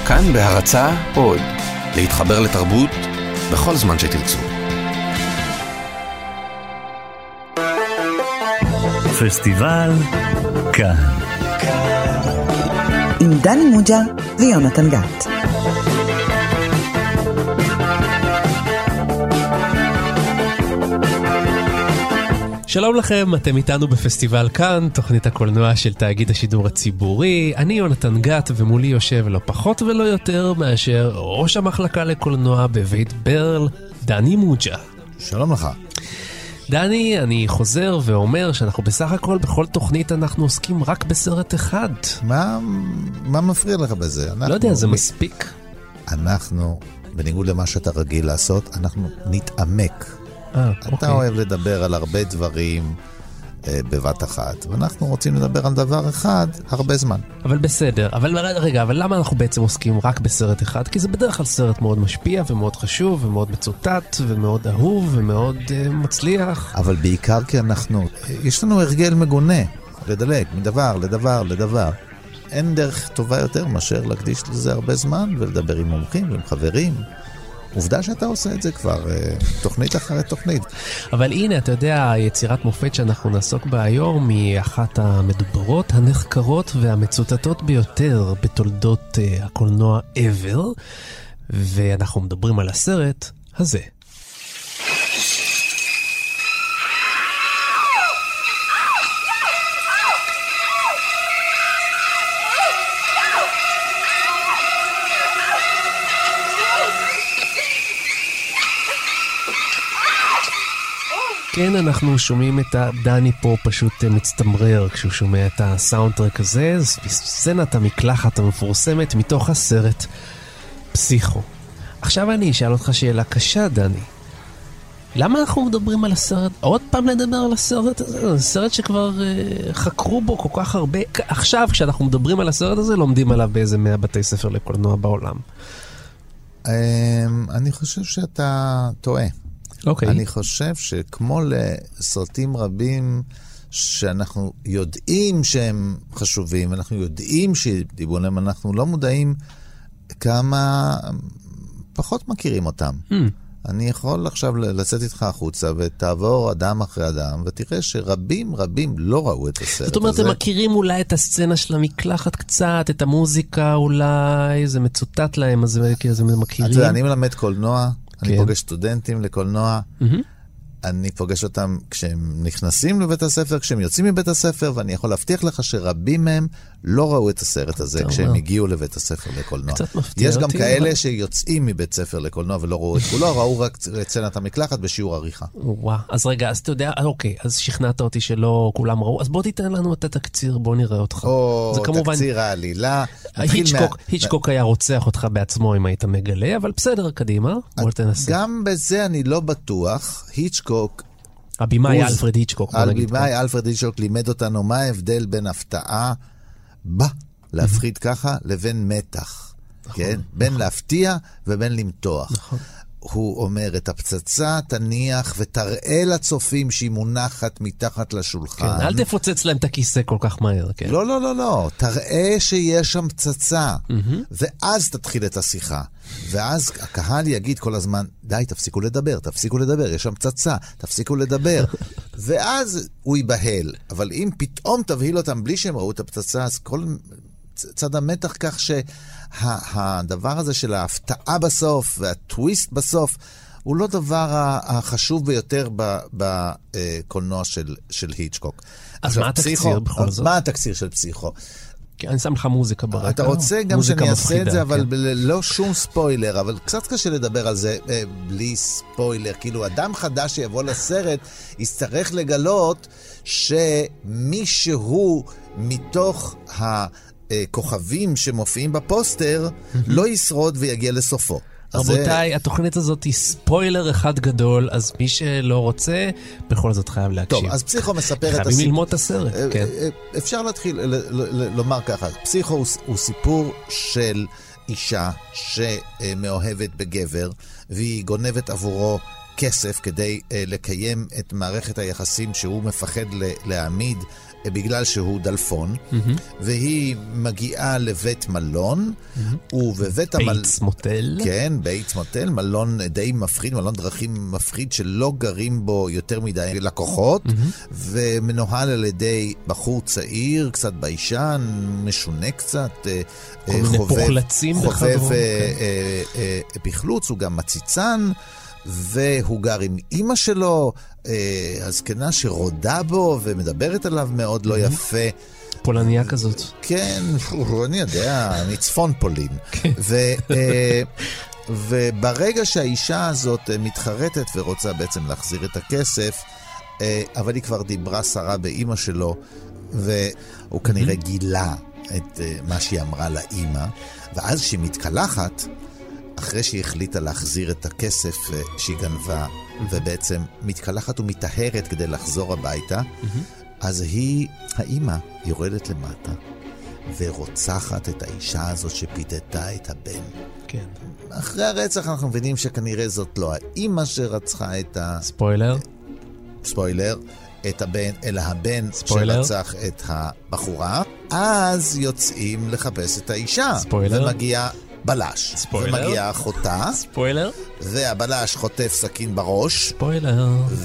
כאן בהרצאה עוד, להתחבר לתרבות בכל זמן שתרצו. פסטיבל כאן. עם דני מוג'ה ויונתן גת. שלום לכם, אתם איתנו בפסטיבל כאן, תוכנית הקולנוע של תאגיד השידור הציבורי. אני יונתן גת, ומולי יושב לא פחות ולא יותר מאשר ראש המחלקה לקולנוע בבית ברל, דני מוג'ה. שלום לך. דני, אני חוזר ואומר שאנחנו בסך הכל בכל תוכנית אנחנו עוסקים רק בסרט אחד. מה מפריע לך בזה? לא יודע, זה מספיק. אנחנו, בניגוד למה שאתה רגיל לעשות, אנחנו נתעמק. אתה אוהב לדבר על הרבה דברים בבת אחת, ואנחנו רוצים לדבר על דבר אחד הרבה זמן. אבל בסדר, אבל למה אנחנו בעצם עוסקים רק בסרט אחד? כי זה בדרך כלל סרט מאוד משפיע ומאוד חשוב ומאוד מצוטט ומאוד אהוב ומאוד מצליח. אבל בעיקר כי יש לנו הרגל מגונה, לדלג מדבר לדבר לדבר. אין דרך טובה יותר מאשר להקדיש לזה הרבה זמן ולדבר עם מומחים ועם חברים. עובדה שאתה עושה את זה כבר תוכנית אחרי תוכנית. אבל הנה, אתה יודע, יצירת מופת שאנחנו נעסוק בה היום היא אחת המדוברות, הנחקרות והמצוטטות ביותר בתולדות הקולנוע ever, ואנחנו מדברים על הסרט הזה. כן, אנחנו שומעים את דני פה פשוט מצטמרר כשהוא שומע את הסאונדטרק הזה, סצנת המקלחת המפורסמת מתוך הסרט פסיכו. עכשיו אני אשאל אותך שאלה קשה, דני. למה אנחנו מדברים על הסרט? עוד פעם נדבר על הסרט הזה? זה סרט שכבר חקרו בו כל כך הרבה. עכשיו כשאנחנו מדברים על הסרט הזה, לומדים עליו באיזה 100 בתי ספר לקולנוע בעולם. אני חושב שאתה טועה. Okay. אני חושב שכמו לסרטים רבים שאנחנו יודעים שהם חשובים, אנחנו יודעים שדיברו להם, אנחנו לא מודעים כמה פחות מכירים אותם. אני יכול עכשיו לצאת איתך החוצה ותעבור אדם אחרי אדם ותראה שרבים לא ראו את הסרט הזה. זאת אומרת, הם מכירים אולי את הסצנה של המקלחת קצת, את המוזיקה אולי, זה מצוטט להם, אז הם מכירים. אני מלמד קולנוע, אני פוגש סטודנטים לקולנוע, אני פוגש אותם כשהם נכנסים לבית הספר, כשהם יוצאים מבית הספר, ואני יכול להבטיח לך שרבים מהם לא ראו את הסרט הזה כשהם הגיעו לבית הספר לקולנוע. יש גם כאלה שיוצאים מבית ספר לקולנוע ולא ראו את כולו, ראו רק סצנת המקלחת בשיעור עריכה. וואו, אז רגע, אז אתה יודע, אוקיי, אז שכנעת אותי שלא כולם ראו, אז בוא תיתן לנו את התקציר, בוא נראה אותך. תקציר העלילה. היצ'קוק היה רוצח אותך בעצמו אם היית מגלה, אבל בסדר, קדימה, בוא תנסה. גם בזה אני לא בטוח. היצ'קוק, הבימאי אלפרד היצ'קוק, הבימאי אלפרד היצ'קוק לימד אותנו מה ההבדל בין הפתעה להפחיד ככה לבין מתח, כן? בין להפתיע ובין למתוח. נכון. הוא אומר, את הפצצה תניח ותראה לצופים שהיא מונחת מתחת לשולחן. כן, אל תפוצץ להם את הכיסא כל כך מהר, כן? לא. תראה שיש שם פצצה, ואז תתחיל את השיחה. ואז הקהל יגיד כל הזמן, די, תפסיקו לדבר, יש שם פצצה, תפסיקו לדבר. ואז הוא ייבהל. אבל אם פתאום תבהיל אותם בלי שהם ראו את הפצצה, אז כל צד המתח כך שהדבר הזה של ההפתעה בסוף והטוויסט בסוף הוא לא דבר החשוב ביותר בקולנוע של היצ'קוק. אז מה התקציר בכל זאת? מה התקציר של פסיכו? אני שם לך מוזיקה ברקע. אתה רוצה גם שאני אעשה את זה, אבל לא שום ספוילר, אבל קצת קשה לדבר על זה בלי ספוילר. כאילו, אדם חדש שיבוא לסרט יצטרך לגלות שמישהו מתוך הכוכבים שמופיעים בפוסטר לא ישרוד ויגיע לסופו. רבותיי, התוכנית הזאת היא ספוילר אחד גדול, אז מי שלא רוצה, בכל זאת חייב להקשיב. טוב, אז פסיכו מספר את חייבים ללמוד את הסרט, כן. אפשר להתחיל לומר ככה, פסיכו הוא סיפור של אישה שמאוהבת בגבר, והיא גונבת עבורו כסף כדי לקיים את מערכת היחסים שהוא מפחד להעמיד בגלל שהוא דלפון, והיא מגיעה לבית מלון, ובבית בייטס מוטל. כן, בייטס מוטל, מלון די מפחיד, מלון דרכים מפחיד שלא גרים בו יותר מדי לקוחות, ומנוהל על ידי בחור צעיר, קצת ביישן, משונה קצת, חובב פחלוץ, הוא גם מציצן, והוא גר עם אמא שלו, הזקנה שרודה בו ומדברת עליו מאוד לא יפה. פולניה כזאת. כן, אני יודע, מצפון פולין. וברגע שהאישה הזאת מתחרטת ורוצה בעצם להחזיר את הכסף, אבל היא כבר דיברה שרה באמא שלו, והוא כנראה גילה את מה שהיא אמרה לאמא, ואז שהיא מתקלחת, אחרי שהיא החליטה להחזיר את הכסף שהיא גנבה, ובעצם מתקלחת ומתאהרת כדי לחזור הביתה, אז האמא יורדת למטה, ורוצחת את האישה הזאת שפידתה את הבן. כן. אחרי הרצח אנחנו מבינים שכנראה זאת לא האמא שרצחה את ספוילר, את הבן, אלא הבן שרצח את הבחורה. אז יוצאים לחפש את האישה. ספוילר. ומגיע בלש. ספוילר. ומגיע אחותה. ספוילר. והבלש חוטף סכין בראש. ספוילר.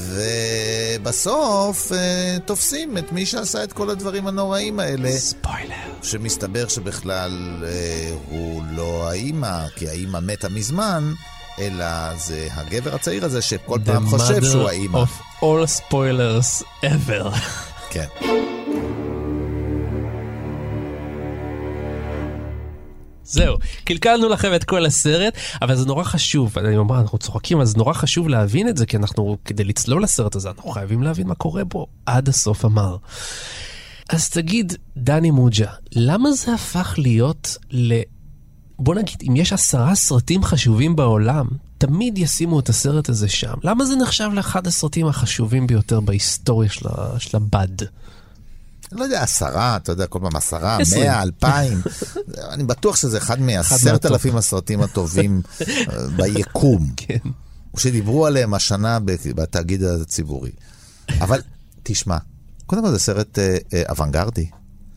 ובסוף תופסים את מי שעשה את כל הדברים הנוראים האלה. ספוילר. שמסתבר שבכלל הוא לא האמא, כי האמא מתה מזמן, אלא זה הגבר הצעיר הזה שכל פעם חושב שהוא האמא. of all spoilers ever. כן. זהו, קלקלנו לכם את כל הסרט, אבל זה נורא חשוב, אני אומר, אנחנו צוחקים, אז נורא חשוב להבין את זה, כי אנחנו, כדי לצלול לסרט הזה, אנחנו חייבים להבין מה קורה בו עד הסוף אמר. אז תגיד, דני מוג'ה, למה זה הפך להיות בוא נגיד, אם יש 10 סרטים חשובים בעולם, תמיד ישימו את הסרט הזה שם. למה זה נחשב לאחד הסרטים החשובים ביותר בהיסטוריה של הבד? אני לא יודע, 10, אתה יודע, כל פעם 10, 100, 2,000. אני בטוח שזה אחד מ10,000 הסרטים הטובים ביקום. כן. שדיברו עליהם השנה בתאגיד הציבורי. אבל תשמע, קודם כל זה סרט אוונגרדי.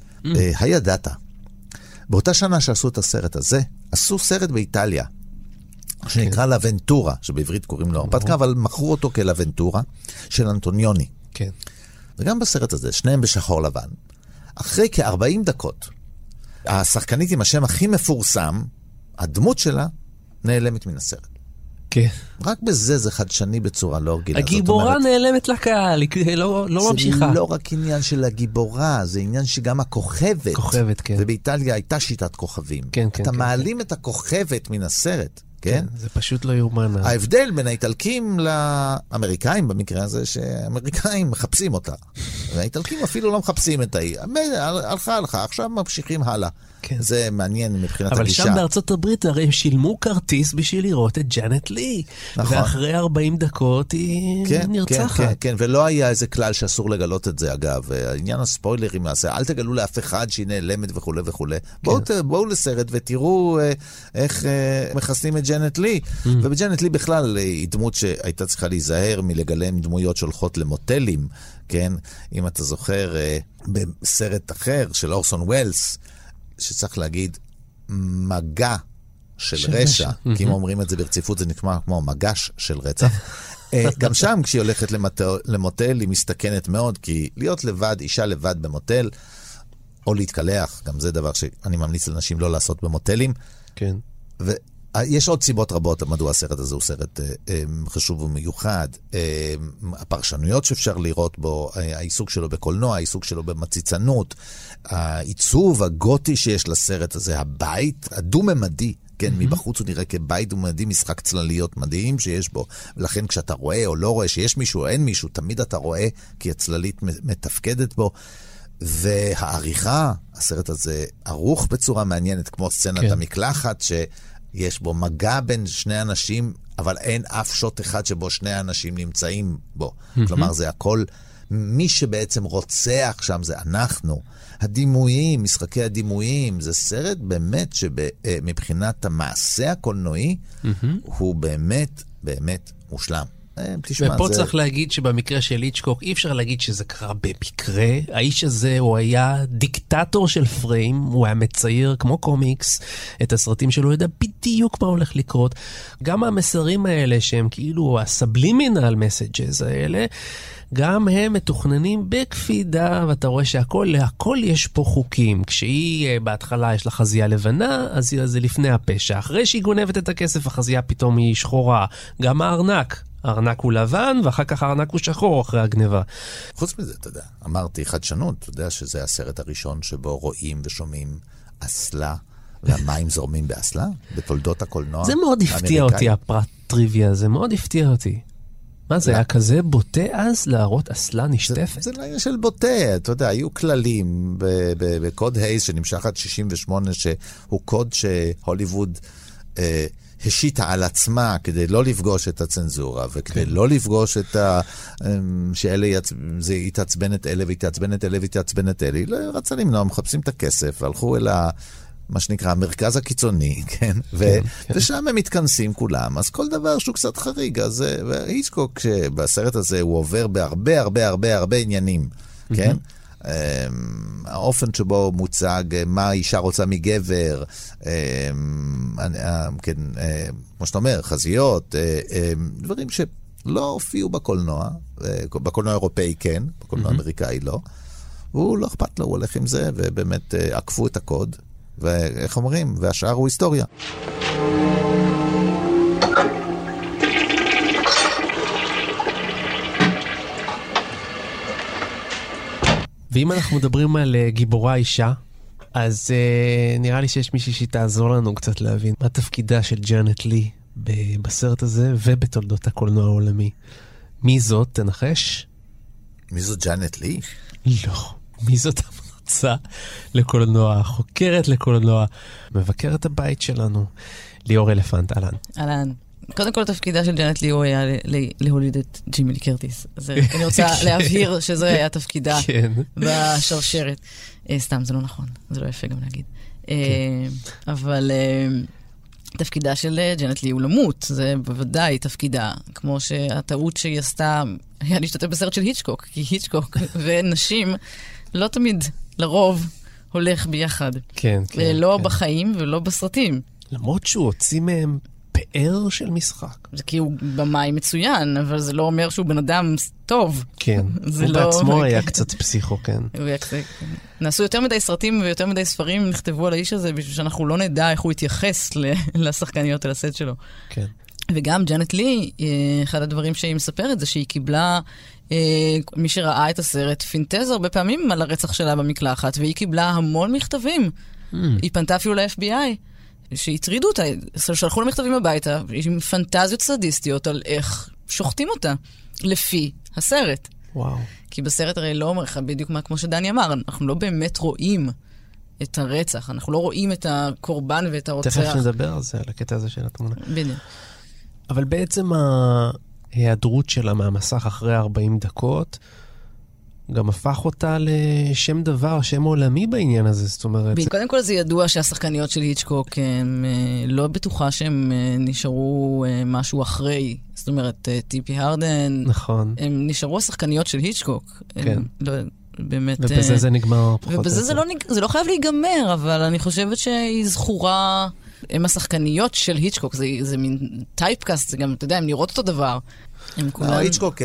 הידעת. באותה שנה שעשו את הסרט הזה, עשו סרט באיטליה, שנקרא לוונטורה, שבעברית קוראים לו הרפתקה, אבל מכרו אותו כלוונטורה, של אנטוניוני. כן. וגם בסרט הזה, שניהם בשחור לבן. אחרי כ-40 דקות, השחקנית עם השם הכי מפורסם, הדמות שלה נעלמת מן הסרט. כן. רק בזה זה חדשני בצורה לא רגילה. הגיבורה נעלמת לקהל, היא לא ממשיכה. זה לא רק עניין של הגיבורה, זה עניין שגם הכוכבת. כוכבת, כן. ובאיטליה הייתה שיטת כוכבים. כן, כן. אתה מעלים את הכוכבת מן הסרט. כן? זה פשוט לא יאומן. ההבדל בין האיטלקים לאמריקאים במקרה הזה, שהאמריקאים מחפשים אותה. והאיטלקים אפילו לא מחפשים את ההיא. הלכה, עכשיו ממשיכים הלאה. כן. זה מעניין מבחינת אבל הגישה. שם בארצות הברית הרי הם שילמו כרטיס בשביל לראות את ג'אנט לי. נכון. ואחרי 40 דקות היא נרצחת. כן, כן, ולא היה איזה כלל שאסור לגלות את זה, אגב. העניין הספוילרים נעשה, אל תגלו לאף אחד שהיא נעלמת וכו' וכו'. בואו לסרט ותראו איך מכסים את ג'אנט לי. ובג'אנט לי בכלל היא דמות שהייתה צריכה להיזהר מלגלם דמויות שהולכות למוטלים. כן, אם אתה זוכר בסרט אחר של אורסון ווילס, שצריך להגיד מגע של רשע, כי אם אומרים את זה ברציפות זה נשמע כמו מגש של רצח. גם שם כשהיא הולכת למוטל היא מסתכנת מאוד, כי להיות לבד, אישה לבד במוטל, או להתקלח, גם זה דבר שאני ממליץ לנשים לא לעשות במוטלים. כן. יש עוד סיבות רבות מדוע הסרט הזה הוא סרט חשוב ומיוחד. הפרשנויות שאפשר לראות בו, העיסוק שלו בקולנוע, העיסוק שלו במציצנות, העיצוב הגותי שיש לסרט הזה, הבית הדו-ממדי, כן, מבחוץ הוא נראה כבית דו-ממדי, משחק צלליות מדהים שיש בו, ולכן כשאתה רואה או לא רואה שיש מישהו או אין מישהו, תמיד אתה רואה כי הצללית מתפקדת בו. והעריכה, הסרט הזה ערוך בצורה מעניינת, כמו סצנת המקלחת, יש בו מגע בין שני אנשים, אבל אין אף שוט אחד שבו שני אנשים נמצאים בו. כלומר, זה הכל, מי שבעצם רוצח שם זה אנחנו. הדימויים, משחקי הדימויים, זה סרט באמת שמבחינת המעשה הקולנועי, הוא באמת, באמת מושלם. תשמע, ופה צריך להגיד שבמקרה של היצ'קוק, אי אפשר להגיד שזה קרה במקרה. האיש הזה הוא היה דיקטטור של פריים, הוא היה מצייר כמו קומיקס את הסרטים שלו, הוא יודע בדיוק מה הולך לקרות. גם המסרים האלה שהם כאילו הסבלימינל מסג'ז האלה, גם הם מתוכננים בקפידה, ואתה רואה שהכל יש פה חוקים. כשהיא בהתחלה יש לה חזייה לבנה, אז זה לפני הפשע. אחרי שהיא גונבת את הכסף, החזייה פתאום היא שחורה. גם הארנק הוא לבן, ואחר כך הארנק הוא שחור אחרי הגניבה. חוץ מזה, אתה יודע, אמרתי חדשנות, אתה יודע שזה הסרט הראשון שבו רואים ושומעים אסלה, והמים זורמים באסלה, בתולדות הקולנוע. זה מאוד הפתיע אותי, הפרט טריוויה, זה מאוד הפתיע אותי. מה זה היה כזה בוטה אז להראות אסלה נשטפת? זה לא עניין של בוטה, אתה יודע, היו כללים בקוד הייס שנמשך עד 68, שהוא קוד שהוליווד השיטה על עצמה כדי לא לפגוש את הצנזורה, וכדי לא לפגוש את זה יתעצבן את אלה ויתעצבן את אלה ויתעצבן את אלה. לא רצה למנוע, מחפשים את הכסף, הלכו אל מה שנקרא המרכז הקיצוני, כן? ושם הם מתכנסים כולם, אז כל דבר שהוא קצת חריג, אז היצ'קוק בסרט הזה הוא עובר בהרבה הרבה הרבה הרבה עניינים, כן? האופן שבו מוצג מה אישה רוצה מגבר, כן, כמו שאתה אומר, חזיות, דברים שלא הופיעו בקולנוע, בקולנוע האירופאי כן, בקולנוע האמריקאי לא, והוא לא אכפת לו, הוא הולך עם זה, ובאמת עקפו את הקוד, ואיך אומרים, והשאר הוא היסטוריה. ואם אנחנו מדברים על גיבורה אישה, אז נראה לי שיש מישהי שתעזור לנו קצת להבין מה תפקידה של ג'אנט לי בסרט הזה ובתולדות הקולנוע העולמי. מי זאת? תנחש? מי זאת ג'אנט לי? לא. מי זאת המרצה לקולנוע, חוקרת לקולנוע, מבקרת הבית שלנו, ליאור אלפנט, אהלן. אהלן. קודם כל, תפקידה של ג'אנט לי הוא היה להוליד את ג'ימי לי קרטיס. אז אני רוצה להבהיר שזה היה תפקידה בשרשרת. סתם, זה לא נכון. זה לא יפה גם להגיד. אבל תפקידה של ג'אנט לי הוא למות. זה בוודאי תפקידה. כמו שהטעות שהיא עשתה היה להשתתף בסרט של היצ'קוק. כי היצ'קוק ונשים לא תמיד, לרוב, הולך ביחד. כן, כן. לא בחיים ולא בסרטים. למרות שהוא הוציא מהם פאר של משחק. זה כי הוא במאי מצוין, אבל זה לא אומר שהוא בן אדם טוב. כן, הוא בעצמו היה קצת פסיכו, כן. נעשו יותר מדי סרטים ויותר מדי ספרים נכתבו על האיש הזה, בשביל שאנחנו לא נדע איך הוא התייחס לשחקניות על הסט שלו. כן. וגם ג'אנט לי, אחד הדברים שהיא מספרת זה שהיא קיבלה, מי שראה את הסרט, פינטז הרבה פעמים על הרצח שלה במקלחת, והיא קיבלה המון מכתבים. היא פנתה אפילו ל-FBI. שהטרידו אותה, שלחו למכתבים הביתה, עם פנטזיות סדיסטיות על איך שוחטים אותה, לפי הסרט. וואו. כי בסרט הרי לא אומר לך, בדיוק כמו שדני אמר, אנחנו לא באמת רואים את הרצח, אנחנו לא רואים את הקורבן ואת הרוצח. תכף נדבר על זה, על הקטע הזה של התמונה. בדיוק. אבל בעצם ההיעדרות שלה מהמסך אחרי 40 דקות, גם הפך אותה לשם דבר, שם עולמי בעניין הזה, זאת אומרת... קודם כל זה ידוע שהשחקניות של היצ'קוק, הם לא בטוחה שהם נשארו משהו אחרי, זאת אומרת, טיפי הרדן, נכון. הם נשארו השחקניות של היצ'קוק. כן. לא, באמת... ובזה זה נגמר פחות. ובזה זה לא חייב להיגמר, אבל אני חושבת שהיא זכורה, הם השחקניות של היצ'קוק, זה מין טייפקאסט, זה גם, אתה יודע, הם נראות אותו דבר. היצ'קוק...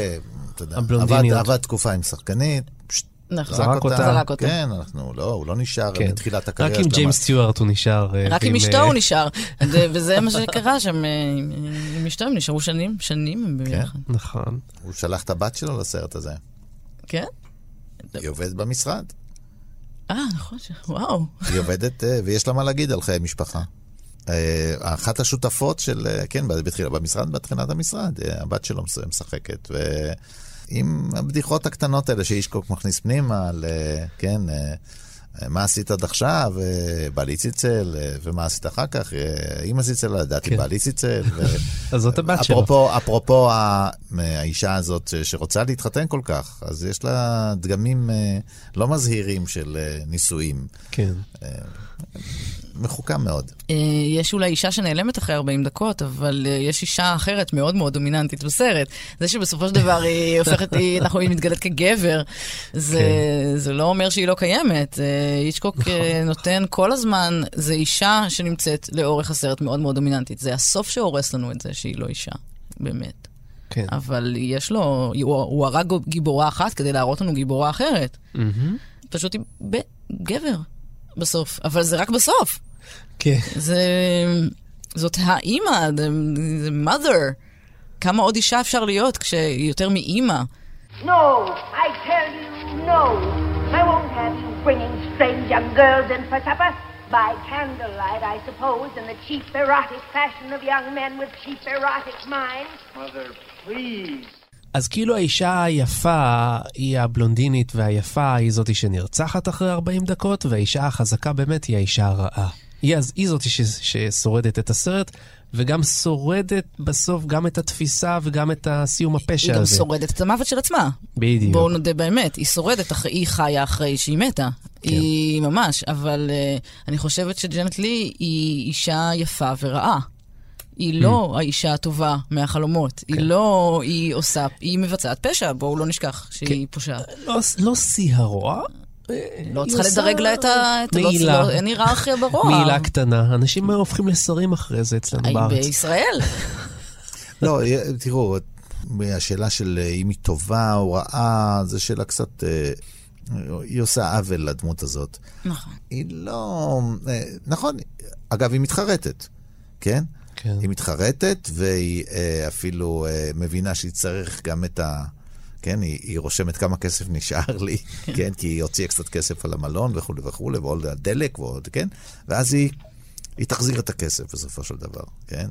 עבד תקופה עם שחקנית, זרק אותה. כן, הוא לא נשאר בתחילת הקריירה. רק עם ג'יימס סטיוארט הוא נשאר. רק עם אשתו הוא נשאר. וזה מה שקרה שם. עם אשתו הם נשארו שנים ביחד. נכון. הוא שלח את הבת שלו לסרט הזה. כן? היא עובדת במשרד. נכון, וואו. היא עובדת, ויש לה מה להגיד על חיי משפחה. אחת השותפות של, כן, בתחילת המשרד, הבת שלו משחקת, ועם הבדיחות הקטנות האלה שהיצ'קוק מכניס פנימה, כן, מה עשית עד עכשיו, בעלי ציצל, ומה עשית אחר כך, אמא ציצל, לדעתי בעלי ציצל. אז זאת הבת שלו. אפרופו האישה הזאת שרוצה להתחתן כל כך, אז יש לה דגמים לא מזהירים של נישואים. כן. מחוכם מאוד. יש אולי אישה שנעלמת אחרי 40 דקות, אבל יש אישה אחרת מאוד מאוד דומיננטית בסרט. זה שבסופו של דבר היא הופכת, היא מתגלת כגבר, זה לא אומר שהיא לא קיימת. היצ'קוק נותן כל הזמן, זה אישה שנמצאת לאורך הסרט מאוד מאוד דומיננטית. זה הסוף שהורס לנו את זה שהיא לא אישה, באמת. כן. אבל יש לו, הוא הרג גיבורה אחת כדי להראות לנו גיבורה אחרת. פשוט היא גבר בסוף, אבל זה רק בסוף. כן. זאת האימא, the mother. כמה עוד אישה אפשר להיות כשהיא יותר מאימא? No, I tell you no. I won't have you bringing strange young girls in for supper. By candlelight, I suppose, in the cheap erotic fashion of young men with cheap erotic minds. Mother, please. אז כאילו האישה היפה היא הבלונדינית והיפה היא זאתי שנרצחת אחרי 40 דקות, והאישה החזקה באמת היא האישה הרעה. היא זאתי ששורדת את הסרט, וגם שורדת בסוף גם את התפיסה וגם את הסיום הפשע הזה. היא גם שורדת את המוות של עצמה. בדיוק. בואו נודה באמת, היא שורדת, היא חיה אחרי שהיא מתה. כן. היא ממש, אבל אני חושבת שג'נט לי היא אישה יפה ורעה. היא לא האישה הטובה מהחלומות. היא לא, היא מבצעת פשע, בואו לא נשכח שהיא פושעת. לא שיא הרוע. לא צריכה לדרג לה את אין היררכיה ברוע. מעילה קטנה. אנשים הופכים לשרים אחרי זה אצלנו בארץ. בישראל. לא, תראו, השאלה של אם היא טובה או רעה, זו שאלה קצת... היא עושה עוול לדמות הזאת. נכון. היא לא... נכון, אגב, היא מתחרטת, כן? כן. היא מתחרטת, והיא אפילו מבינה שהיא צריך גם את ה... כן, היא רושמת כמה כסף נשאר לי, כן, כי היא הוציאה קצת כסף על המלון וכו' וכו', ועוד הדלק ועוד, כן? ואז היא תחזיר את הכסף בסופו של דבר, כן?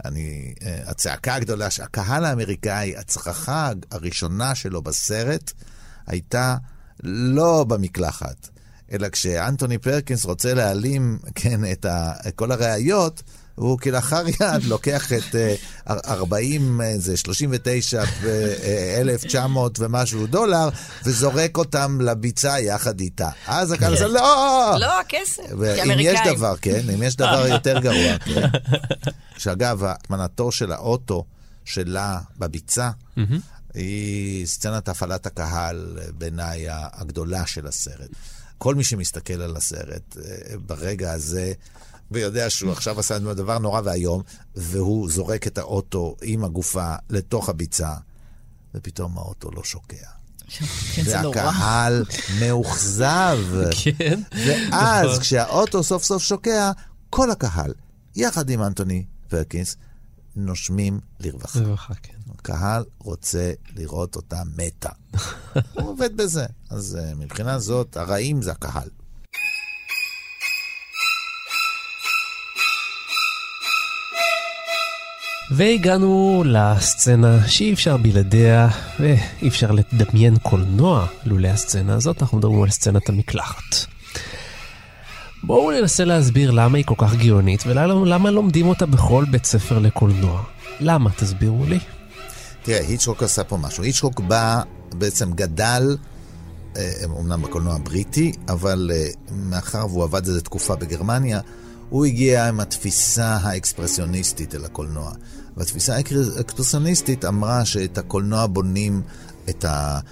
הצעקה הגדולה, הקהל האמריקאי, הצרחה הראשונה שלו בסרט, הייתה לא במקלחת, אלא כשאנטוני פרקינס רוצה להעלים, כן, את כל הראיות, הוא כלאחר יד לוקח את 39,900 ומשהו דולר, וזורק אותם לביצה יחד איתה. אז הקהל עושה, לא! לא, הכסף, אם יש דבר, כן, אם יש דבר יותר גרוע, כן. שאגב, התמנתו של האוטו שלה בביצה, היא סצנת הפעלת הקהל בעיניי הגדולה של הסרט. כל מי שמסתכל על הסרט ברגע הזה, ויודע שהוא עכשיו עשה דבר נורא והיום, והוא זורק את האוטו עם הגופה לתוך הביצה, ופתאום האוטו לא שוקע. והקהל מאוכזב. כן. ואז כשהאוטו סוף סוף שוקע, כל הקהל, יחד עם אנטוני פרקינס, נושמים לרווחה. לרווחה, כן. הקהל רוצה לראות אותה מתה. הוא עובד בזה. אז מבחינה זאת, הרעים זה הקהל. והגענו לסצנה שאי אפשר בלעדיה, ואי אפשר לדמיין קולנוע לולא הסצנה הזאת. אנחנו מדברים על סצנת המקלחת. בואו ננסה להסביר למה היא כל כך גאונית, ולמה לומדים אותה בכל בית ספר לקולנוע. למה? תסבירו לי. תראה, היצ'קוק עשה פה משהו. היצ'קוק בא, בעצם גדל, אמנם בקולנוע הבריטי, אבל מאחר והוא עבד איזו תקופה בגרמניה, הוא הגיע עם התפיסה האקספרסיוניסטית אל הקולנוע. והתפיסה האקספרסיוניסטית אמרה שאת הקולנוע בונים את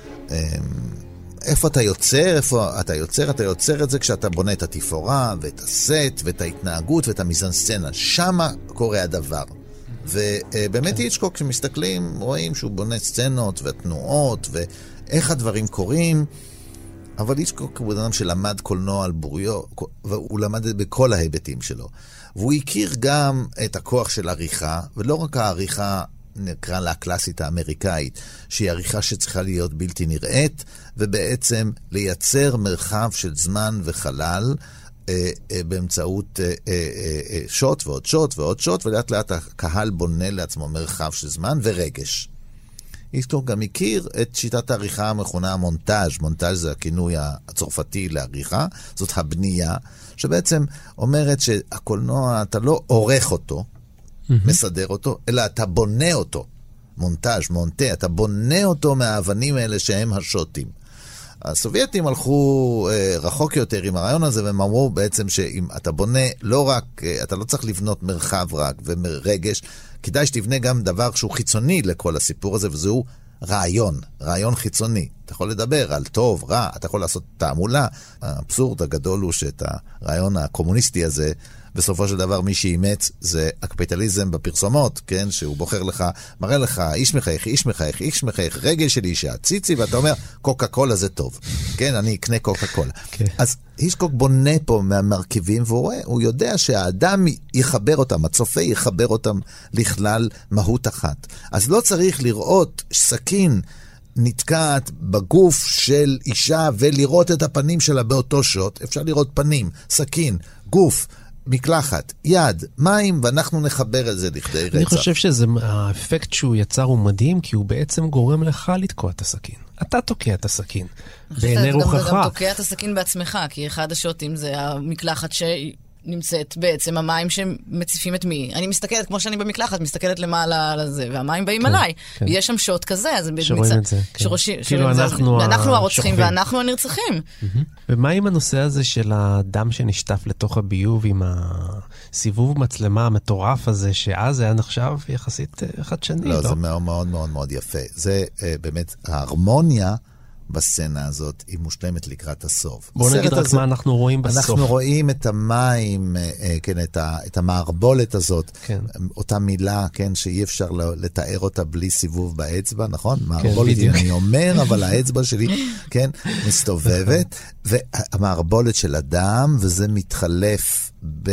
איפה אתה יוצר, אתה יוצר את זה כשאתה בונה את התפאורה ואת הסט ואת ההתנהגות ואת המיזנסצנה. שמה קורה הדבר. ובאמת היצ'קוק כשמסתכלים רואים שהוא בונה סצנות ותנועות ואיך הדברים קורים, אבל היצ'קוק הוא אדם שלמד קולנוע על בוריו, והוא למד בכל ההיבטים שלו. והוא הכיר גם את הכוח של עריכה, ולא רק העריכה נקרא לה הקלאסית האמריקאית, שהיא עריכה שצריכה להיות בלתי נראית, ובעצם לייצר מרחב של זמן וחלל, באמצעות שוט ועוד שוט ועוד שוט, ולאט לאט הקהל בונה לעצמו מרחב של זמן ורגש. היצ'קוק גם הכיר את שיטת העריכה המכונה המונטאז'. מונטאז' זה הכינוי הצרפתי לעריכה, זאת הבנייה, שבעצם אומרת שהקולנוע, אתה לא עורך אותו, מסדר אותו, אלא אתה בונה אותו. מונטאז', מונטה, אתה בונה אותו מהאבנים האלה שהם השוטים. הסובייטים הלכו רחוק יותר עם הרעיון הזה, והם אמרו בעצם שאם אתה בונה לא רק, אתה לא צריך לבנות מרחב רק ורגש, כדאי שתבנה גם דבר שהוא חיצוני לכל הסיפור הזה, וזהו רעיון חיצוני. אתה יכול לדבר על טוב, רע, אתה יכול לעשות תעמולה. האבסורד הגדול הוא שאת הרעיון הקומוניסטי הזה, בסופו של דבר מי שאימץ זה הקפיטליזם בפרסומות, כן? שהוא בוחר לך, מראה לך, איש מחייך, רגל של אישה, ציצי, ואתה אומר, קוקה קולה זה טוב. כן, אני אקנה קוקה קולה. אז היצ'קוק בונה פה מהמרכיבים, והוא יודע שהאדם יחבר אותם, הצופה יחבר אותם לכלל מהות אחת. אז לא צריך לראות סכין נתקעת בגוף של אישה ולראות את הפנים שלה באותו שוט. אפשר לראות פנים, סכין, גוף, מקלחת, יד, מים, ואנחנו נחבר את זה לכדי רצח. אני חושב שהאפקט שהוא יצר הוא מדהים, כי הוא בעצם גורם לך לתקוע את הסכין. אתה תוקע את הסכין. בעיני רוחך. אתה גם תוקע את הסכין בעצמך, כי אחד השוטים זה המקלחת נמצאת בעצם המים שמציפים את מי. אני מסתכלת, כמו שאני במקלחת, מסתכלת למעלה על זה, והמים באים עליי. יש שם שוט כזה, אז שרואים את זה. כאילו אנחנו הרוצחים ואנחנו הנרצחים. ומה עם הנושא הזה של הדם שנשטף לתוך הביוב, עם הסיבוב מצלמה המטורף הזה, שאז היה נחשב יחסית חדשני? לא, זה מאוד מאוד מאוד יפה. זה באמת, ההרמוניה בסצנה הזאת היא מושלמת לקראת הסוף. בואו נגיד רק מה אנחנו רואים בסוף. אנחנו רואים את המים, כן, את המערבולת הזאת, כן. אותה מילה, כן, שאי אפשר לתאר אותה בלי סיבוב באצבע, נכון? מערבולת, אני אומר, אבל האצבע שלי, כן, מסתובבת, והמערבולת של הדם, וזה מתחלף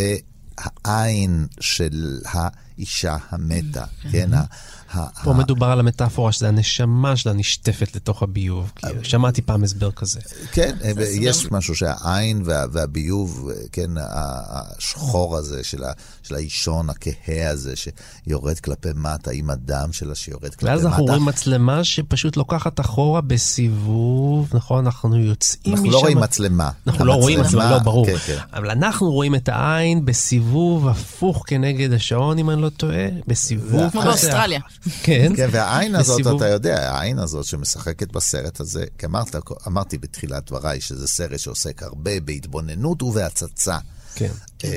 בעין של האישה המתה, כן, פה מדובר על המטאפורה שזה הנשמה שלה נשטפת לתוך הביוב. שמעתי פעם הסבר כזה. כן, יש משהו שהעין והביוב, כן, השחור הזה של האישון, הכהה הזה שיורד כלפי מטה, עם הדם שלה שיורד כלפי מטה. ואז אנחנו רואים מצלמה שפשוט לוקחת אחורה בסיבוב, נכון? אנחנו יוצאים משם. אנחנו לא רואים מצלמה. אנחנו לא רואים מצלמה, לא, ברור. אבל אנחנו רואים את העין בסיבוב הפוך כנגד השעון, אם אני לא טועה, בסיבוב. כמו באוסטרליה. כן, והעין הזאת, אתה יודע, העין הזאת שמשחקת בסרט הזה, כי אמרתי בתחילת דבריי שזה סרט שעוסק הרבה בהתבוננות ובהצצה. כן.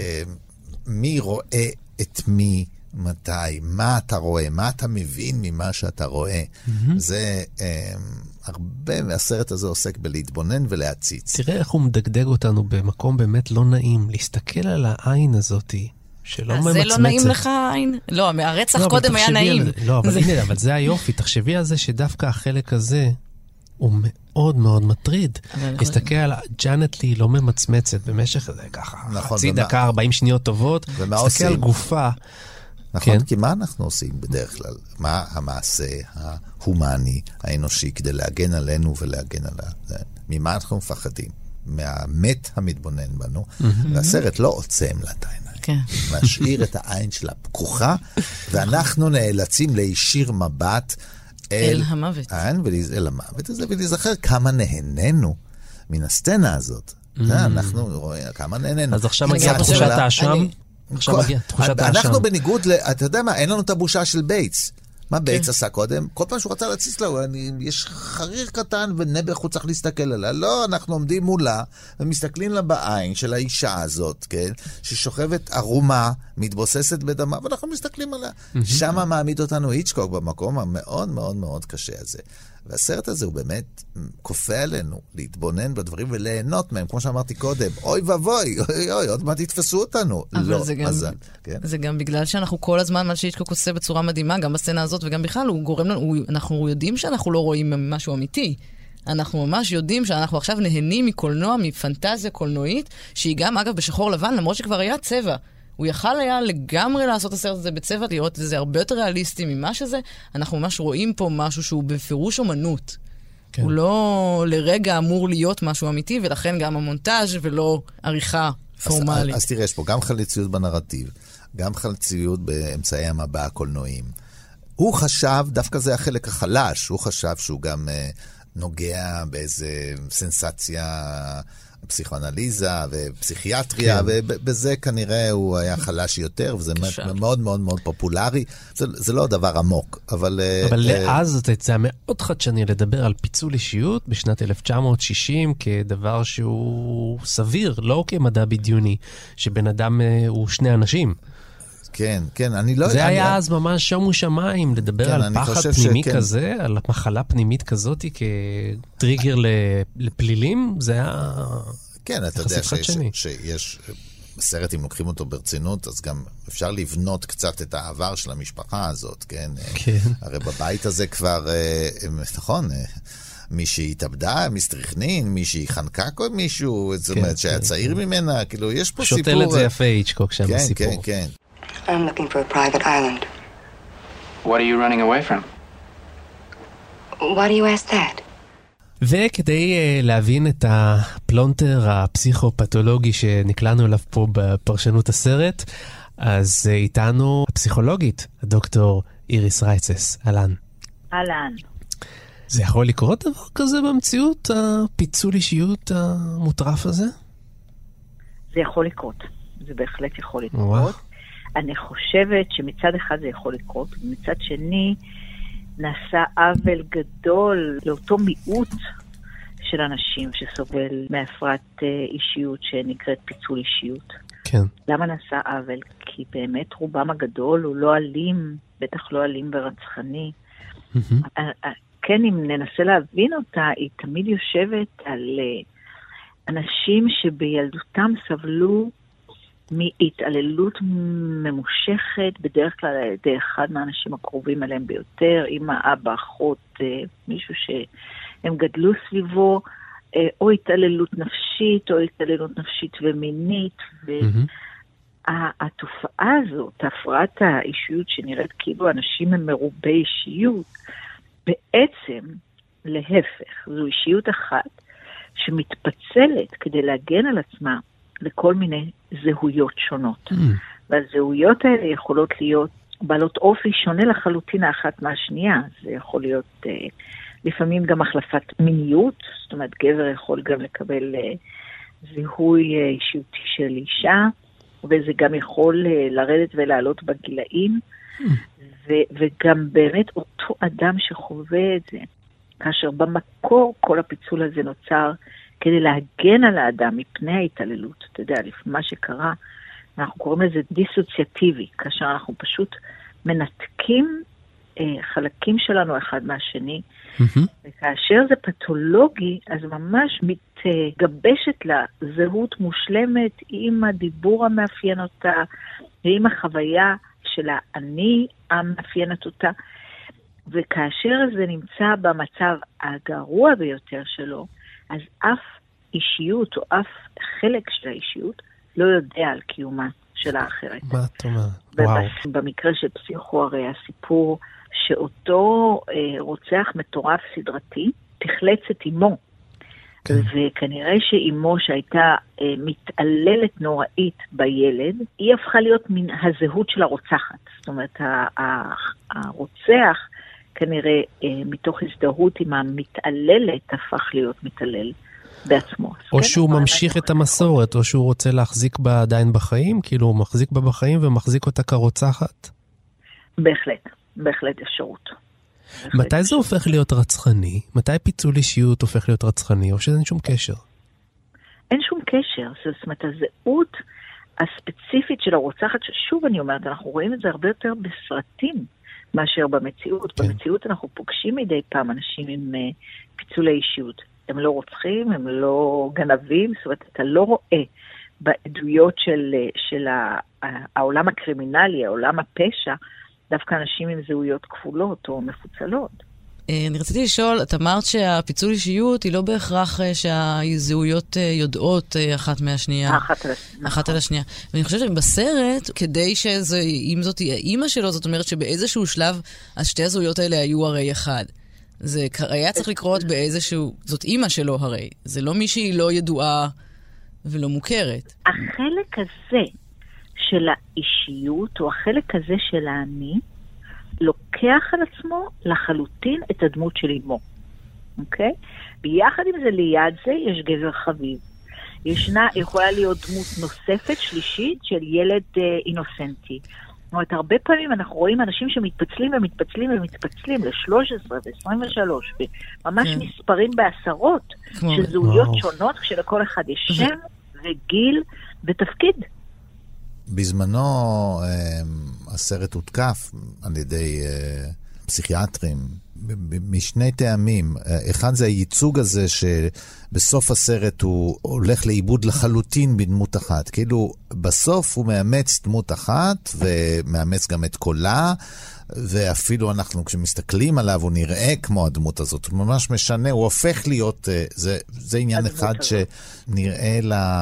מי רואה את מי, מתי, מה אתה רואה, מה אתה מבין ממה שאתה רואה. זה הרבה מהסרט הזה עוסק בלהתבונן ולהציץ. תראה איך הוא מדגדג אותנו במקום באמת לא נעים, להסתכל על העין הזאת. אז זה לא נעים לך העין? לא, הרצח קודם היה נעים. לא, אבל הנה, אבל זה היופי. תחשבי על זה שדווקא החלק הזה הוא מאוד מאוד מטריד. להסתכל על ג'אנט לי לא ממצמצת במשך זה ככה. חצי דקה, 40 שניות טובות. להסתכל על גופה. נכון, כי מה אנחנו עושים בדרך כלל? מה המעשה ההומני, האנושי, כדי להגן עלינו ולהגן עליו? ממה אנחנו מפחדים? מהמת המתבונן בנו. והסרט לא עוצם לה את העיניים. משאיר את העין שלה פקוחה, ואנחנו נאלצים להישיר מבט אל המוות. אל המוות הזה, ולהיזכר כמה נהנינו מן הסצנה הזאת. אנחנו רואים כמה נהנינו. אז עכשיו מגיעה תחושת האשם. אנחנו בניגוד, אתה יודע מה, אין לנו את הבושה של בייטס. מה בייטס עשה קודם? כל פעם שהוא רצה להציץ לה, יש חריר קטן ונבח הוא צריך להסתכל עליה. לא, אנחנו עומדים מולה ומסתכלים לה בעין של האישה הזאת, כן? ששוכבת ערומה, מתבוססת בדמה, ואנחנו מסתכלים עליה. שמה מעמיד אותנו היצ'קוק במקום המאוד מאוד מאוד קשה הזה. והסרט הזה הוא באמת כופה עלינו להתבונן בדברים וליהנות מהם, כמו שאמרתי קודם. אוי ובוי, אוי, עוד מה תתפסו אותנו. אבל לא, זה גם בגלל שאנחנו כל הזמן, מה שהיצ'קוק עושה בצורה מדהימה, גם בסצנה הזאת וגם בכלל, הוא גורם לנו, אנחנו יודעים שאנחנו לא רואים משהו אמיתי. אנחנו ממש יודעים שאנחנו עכשיו נהנים מקולנוע, מפנטזיה קולנועית, שהיא גם, אגב, בשחור לבן, למרות שכבר היה צבע. הוא יכל היה לגמרי לעשות את הסרט הזה בצבע, לראות את זה הרבה יותר ריאליסטי ממה שזה. אנחנו ממש רואים פה משהו שהוא בפירוש אומנות. כן. הוא לא לרגע אמור להיות משהו אמיתי, ולכן גם המונטאז' ולא עריכה פורמלית. אז תראה, יש פה גם חלציות בנרטיב, גם חלציות באמצעי המבע הקולנועיים. הוא חשב, דווקא זה החלק החלש, הוא חשב שהוא גם נוגע באיזה סנסציה פסיכואנליזה ופסיכיאטריה, ובזה כנראה הוא היה חלש יותר, וזה מאוד מאוד מאוד פופולרי. זה לא דבר עמוק, אבל לאז זה היה מאוד חדשני לדבר על פיצול אישיות בשנת 1960 כדבר שהוא סביר, לא כמדע בדיוני, שבן אדם הוא שני אנשים. כן, כן, אני לא... זה היה אז ממש שומו שמיים, לדבר על פחד פנימי כזה, על מחלה פנימית כזאת כטריגר לפלילים, זה היה... כן, אתה יודע שיש סרט, אם לוקחים אותו ברצינות, אז גם אפשר לבנות קצת את העבר של המשפחה הזאת, כן? כן. הרי בבית הזה כבר, נכון, מישהי התאבדה, מסטריכנין, מישהי חנקה כל מישהו, זאת אומרת שהיה צעיר ממנה, כאילו, יש פה סיפור... שוטל את זה יפה, היצ'קוק, שם הסיפור. כן, כן, כן. I'm looking for a private island. What are you running away from? Why do you ask that? וכדי להבין את הפלונטר הפסיכופתולוגי שנקלענו אליו פה בפרשנות הסרט, אז איתנו הפסיכולוגית, הדוקטור איריס רייצס. אהלן. אהלן. זה יכול לקרות דבר כזה במציאות, הפיצול אישיות המוטרף הזה? זה יכול לקרות. זה בהחלט יכול לקרות. אני חושבת שמצד אחד זה יכול לקרות, ומצד שני נעשה עוול גדול לאותו מיעוט של אנשים שסובל מהפרעת אישיות שנקראת פיצול אישיות. כן. למה נעשה עוול? כי באמת רובם הגדול הוא לא אלים, בטח לא אלים ורצחני. כן, אם ננסה להבין אותה, היא תמיד יושבת על אנשים שבילדותם סבלו מהתעללות ממושכת, בדרך כלל על ידי אחד מהאנשים הקרובים אליהם ביותר, אמא, אבא, אחות, מישהו שהם גדלו סביבו, או התעללות נפשית, או התעללות נפשית ומינית, והתופעה הזאת, הפרעת האישיות שנראית כאילו אנשים הם מרובי אישיות, בעצם להפך, זו אישיות אחת שמתפצלת כדי להגן על עצמה לכל מיני זהויות שונות. והזהויות האלה יכולות להיות בעלות אופי שונה לחלוטין האחת מהשנייה. זה יכול להיות לפעמים גם החלפת מיניות, זאת אומרת גבר יכול גם לקבל זיהוי אישיותי של אישה, וזה גם יכול לרדת ולעלות בגילאים, וגם באמת אותו אדם שחווה את זה, כאשר במקור כל הפיצול הזה נוצר כדי להגן על האדם מפני ההתעללות. אתה יודע, לפני מה שקרה, אנחנו קוראים לזה דיסוציאטיבי, כאשר אנחנו פשוט מנתקים חלקים שלנו אחד מהשני, וכאשר זה פתולוגי, אז ממש מתגבשת לה זהות מושלמת עם הדיבור המאפיין אותה, ועם החוויה של האני המאפיינת אותה, וכאשר זה נמצא במצב הגרוע ביותר שלו, אז אף אישיות או אף חלק של האישיות לא יודע על קיומה של האחרת. מה את אומרת? וואו. במקרה של פסיכו, הרי הסיפור שאותו רוצח מטורף סדרתי תחלץ את אמו. כן. וכנראה שאמו שהייתה מתעללת נוראית בילד, היא הפכה להיות מן הזהות של הרוצחת. זאת אומרת, הרוצח כנראה מתוך הזדהות עם המתעללת הפך להיות מתעלל בעצמו. או שהוא ממשיך את המסורת, או שהוא רוצה להחזיק בה עדיין בחיים, כאילו הוא מחזיק בה בחיים ומחזיק אותה כרוצחת? בהחלט, בהחלט אפשרות. מתי זה הופך להיות רצחני? מתי פיצול אישיות הופך להיות רצחני, או שאין שום קשר? אין שום קשר, זאת אומרת, הזהות הספציפית של הרוצחת, ששוב אני אומרת, אנחנו רואים את זה הרבה יותר בסרטים, מאשר במציאות. כן. במציאות אנחנו פוגשים מדי פעם אנשים עם פיצולי אישיות. הם לא רוצחים, הם לא גנבים, זאת אומרת, אתה לא רואה בעדויות של העולם הקרימינלי, העולם הפשע, דווקא אנשים עם זהויות כפולות או מפוצלות. אני רציתי לשאול, את אמרת שהפיצול אישיות היא לא בהכרח שהזהויות יודעות אחת מהשנייה. אחת על השנייה. ואני חושבת שבסרט, כדי שזה, אם זאת היא האמא שלו, זאת אומרת שבאיזשהו שלב, אז שתי הזהויות האלה היו הרי אחד. זה היה צריך לקרות באיזשהו, זאת אמא שלו הרי. זה לא מי שהיא לא ידועה ולא מוכרת. החלק הזה של האישיות, או החלק הזה של האני, לוקח על עצמו לחלוטין את הדמות של אמו. אוקיי? ביחד עם זה, ליד זה, יש גבר חביב. יכולה להיות דמות נוספת, שלישית, של ילד אינוסנטי. זאת אומרת, הרבה פעמים אנחנו רואים אנשים שמתפצלים ומתפצלים ומתפצלים ל-13 ו-23, וממש מספרים בעשרות של זהויות שונות, כשלכל אחד יש שם וגיל ותפקיד. בזמנו הסרט הותקף על ידי פסיכיאטרים, משני טעמים. אחד זה הייצוג הזה שבסוף הסרט הוא הולך לאיבוד לחלוטין בדמות אחת. כאילו בסוף הוא מאמץ דמות אחת ומאמץ גם את קולה, ואפילו אנחנו כשמסתכלים עליו הוא נראה כמו הדמות הזאת. הוא ממש משנה, הוא הופך להיות, זה עניין אחד שנראה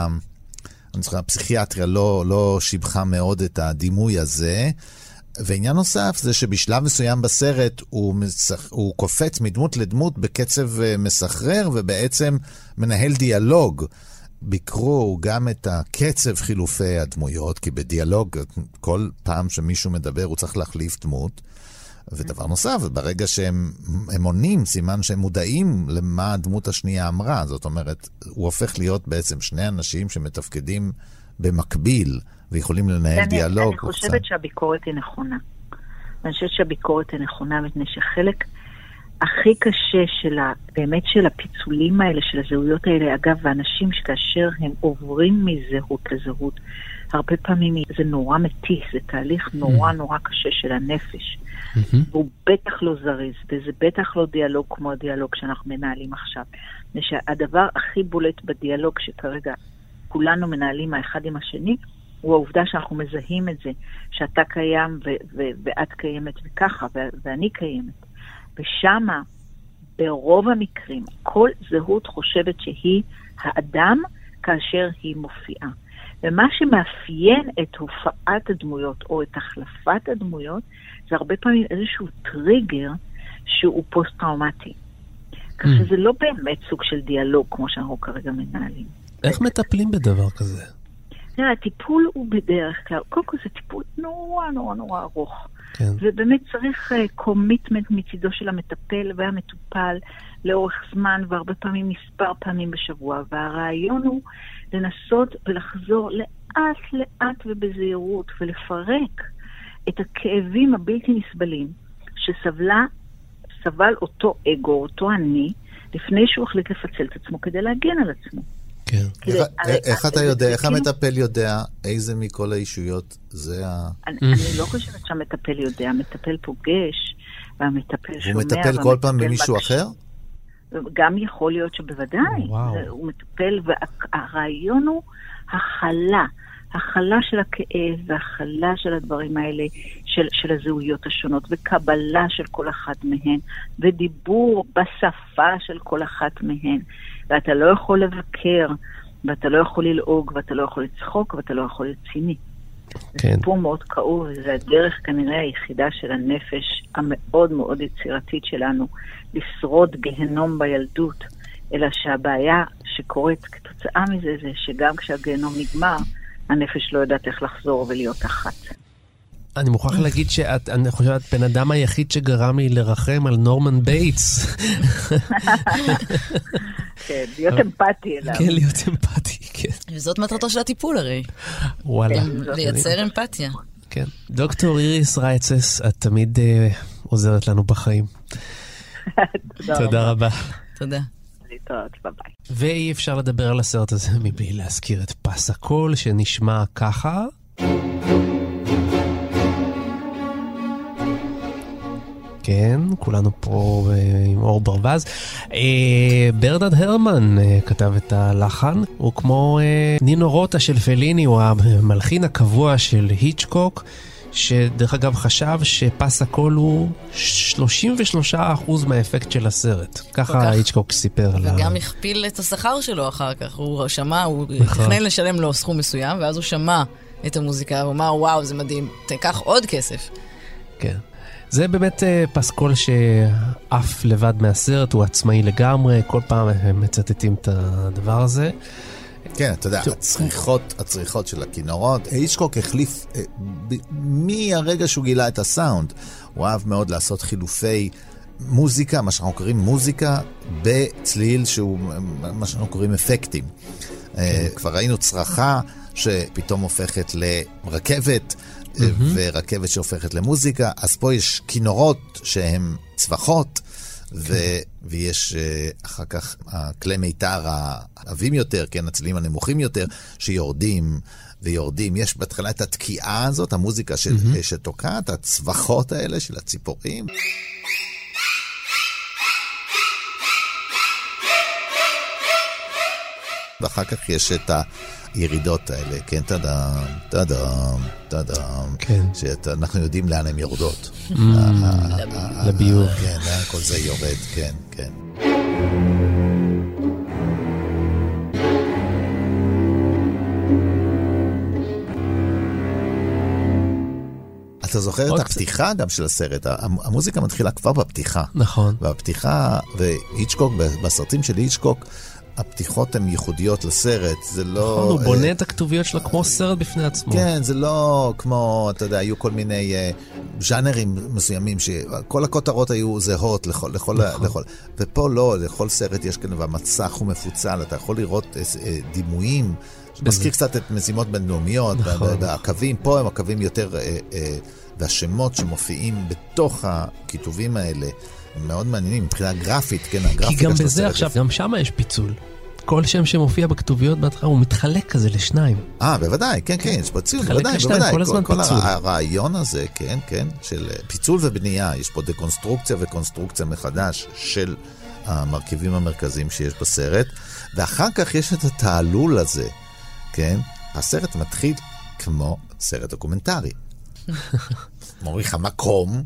הפסיכיאטריה לא שיבחה מאוד את הדימוי הזה. ועניין נוסף זה שבשלב מסוים בסרט הוא קופץ מדמות לדמות בקצב מסחרר, ובעצם מנהל דיאלוג. ביקרו גם את הקצב חילופי הדמויות, כי בדיאלוג כל פעם שמישהו מדבר הוא צריך להחליף דמות. ודבר נוסף, ברגע שהם עונים, סימן שהם מודעים למה הדמות השנייה אמרה. זאת אומרת, הוא הופך להיות בעצם שני אנשים שמתפקדים במקביל, ויכולים לנהל דיאלוג. אני חושבת שהביקורת היא נכונה. אני חושבת שהביקורת היא נכונה, מפני שחלק הכי קשה באמת של הפיצולים האלה, של הזהויות האלה, אגב, ואנשים שכאשר הם עוברים מזהות לזהות, הרבה פעמים זה נורא מתיש, זה תהליך נורא נורא קשה של הנפש. והוא בטח לא זריז, וזה בטח לא דיאלוג כמו הדיאלוג שאנחנו מנהלים עכשיו. שהדבר הכי בולט בדיאלוג שכרגע כולנו מנהלים האחד עם השני, הוא העובדה שאנחנו מזהים את זה, שאתה קיים ואת קיימת וככה, ואני קיימת. ושמה, ברוב המקרים, כל זהות חושבת שהיא האדם כאשר היא מופיעה. ומה שמאפיין את הופעת הדמויות או את החלפת הדמויות, זה הרבה פעמים איזשהו טריגר שהוא פוסט-טראומטי. כך שזה לא באמת סוג של דיאלוג כמו שאנחנו כרגע מנהלים. איך מטפלים בדבר כזה? הטיפול הוא בדרך כלל, קודם כל זה טיפול נורא נורא נורא ארוך. כן. ובאמת צריך קומיטמנט מצידו של המטפל והמטופל לאורך זמן, והרבה פעמים מספר פעמים בשבוע. והרעיון הוא לנסות ולחזור לאט לאט ובזהירות ולפרק את הכאבים הבלתי נסבלים שסבל אותו אגו, אותו אני, לפני שהוא החליט לפצל את עצמו כדי להגן על עצמו. כן. איך אתה יודע, איך המטפל יודע איזה מכל האישויות זה אני לא חושבת שהמטפל יודע, המטפל פוגש, והמטפל שומע. הוא מטפל כל פעם במישהו אחר? גם יכול להיות שבוודאי. הוא מטפל, והרעיון הוא הכלה של הכאב, והכלה של הדברים האלה, של הזהויות השונות, וקבלה של כל אחת מהן, ודיבור בשפה של כל אחת מהן. ואתה לא יכול לבקר, ואתה לא יכול ללעוג, ואתה לא יכול לצחוק, ואתה לא יכול להיות ציני. כן. זה סיפור מאוד כאוב, וזה הדרך כנראה היחידה של הנפש המאוד מאוד יצירתית שלנו, לשרוד גהנום בילדות, אלא שהבעיה שקורית כתוצאה מזה, זה שגם כשהגהנום נגמר, הנפש לא יודעת איך לחזור ולהיות אחת. אני מוכרח להגיד שאני חושבת בן אדם היחיד שגרם לי לרחם על נורמן בייטס. כן, להיות אמפתי אליו. כן, להיות אמפתי, כן. וזאת מטרתו של הטיפול הרי. וואלה. לייצר אמפתיה. כן. דוקטור איריס רייצס, את תמיד עוזרת לנו בחיים. תודה רבה. תודה. להתראות, ביי. ואי אפשר לדבר על הסרט הזה מבלי להזכיר את פס הקול שנשמע ככה. כן, כולנו פה עם אור ברווז. ברנרד הרמן כתב את הלחן, הוא כמו נינו רוטה של פליני, הוא המלחין הקבוע של היצ'קוק, שדרך אגב חשב שפס הקול הוא 33% מהאפקט של הסרט. ככה היצ'קוק סיפר. וגם הכפיל את השכר שלו אחר כך. הוא שמע, הוא תכנן לשלם לו סכום מסוים, ואז הוא שמע את המוזיקה, הוא אמר, וואו, זה מדהים, תיקח עוד כסף. כן. זה באמת פסקול שאף לבד מהסרט, הוא עצמאי לגמרי, כל פעם הם מצטטים את הדבר הזה. כן, אתה יודע, הצריכות של הכינורות, היצ'קוק החליף, מהרגע שהוא גילה את הסאונד, הוא אהב מאוד לעשות חילופי מוזיקה, מה שאנחנו קוראים מוזיקה, בצליל שהוא, מה שאנחנו קוראים אפקטים. כבר ראינו צרחה שפתאום הופכת לרכבת, ורכבת שהופכת למוזיקה, אז פה יש כינורות שהן צווחות, ויש אחר כך הכלי מיתר העבים יותר, כן, הצלילים הנמוכים יותר, שיורדים ויורדים. יש בהתחלה את התקיעה הזאת, המוזיקה שתוקעת, הצווחות האלה של הציפורים. ואחר כך יש את הירידות האלה, כן, טאדם, טאדם, טאדם, כן. שאנחנו יודעים לאן הן יורדות. לביוב. כן, כל זה יורד, כן, כן. אתה זוכר את הפתיחה גם של הסרט, המוזיקה מתחילה כבר בפתיחה. נכון. והפתיחה, והיצ'קוק, בסרטים של היצ'קוק, הפתיחות הן ייחודיות לסרט, זה לא... נכון, הוא בונה את הכתוביות שלו כמו סרט בפני עצמו. כן, זה לא כמו, אתה יודע, היו כל מיני ז'אנרים מסוימים, שכל הכותרות היו זהות לכל... ופה לא, לכל סרט יש כאן, והמצח הוא מפוצל, אתה יכול לראות דימויים, מזכיר קצת את משימות בינלאומיות, והקווים, פה הם הקווים יותר, והשמות שמופיעים בתוך הכיתובים האלה, מאוד מעניינים, מבחינה גרפית, כן, הגרפיקה. כי גם בזה עכשיו, גם שם יש פיצול. כל שם שמופיע בכתוביות בהתחלה, הוא מתחלק כזה לשניים. בוודאי, כן, כן, יש פיצול, בוודאי, כל הרעיון הזה, כן, כן, של פיצול ובנייה, יש פה דקונסטרוקציה וקונסטרוקציה מחדש של המרכיבים המרכזיים שיש בסרט, ואחר כך יש את התעלול הזה, כן, הסרט מתחיל כמו סרט דוקומנטרי. מוריך המקום,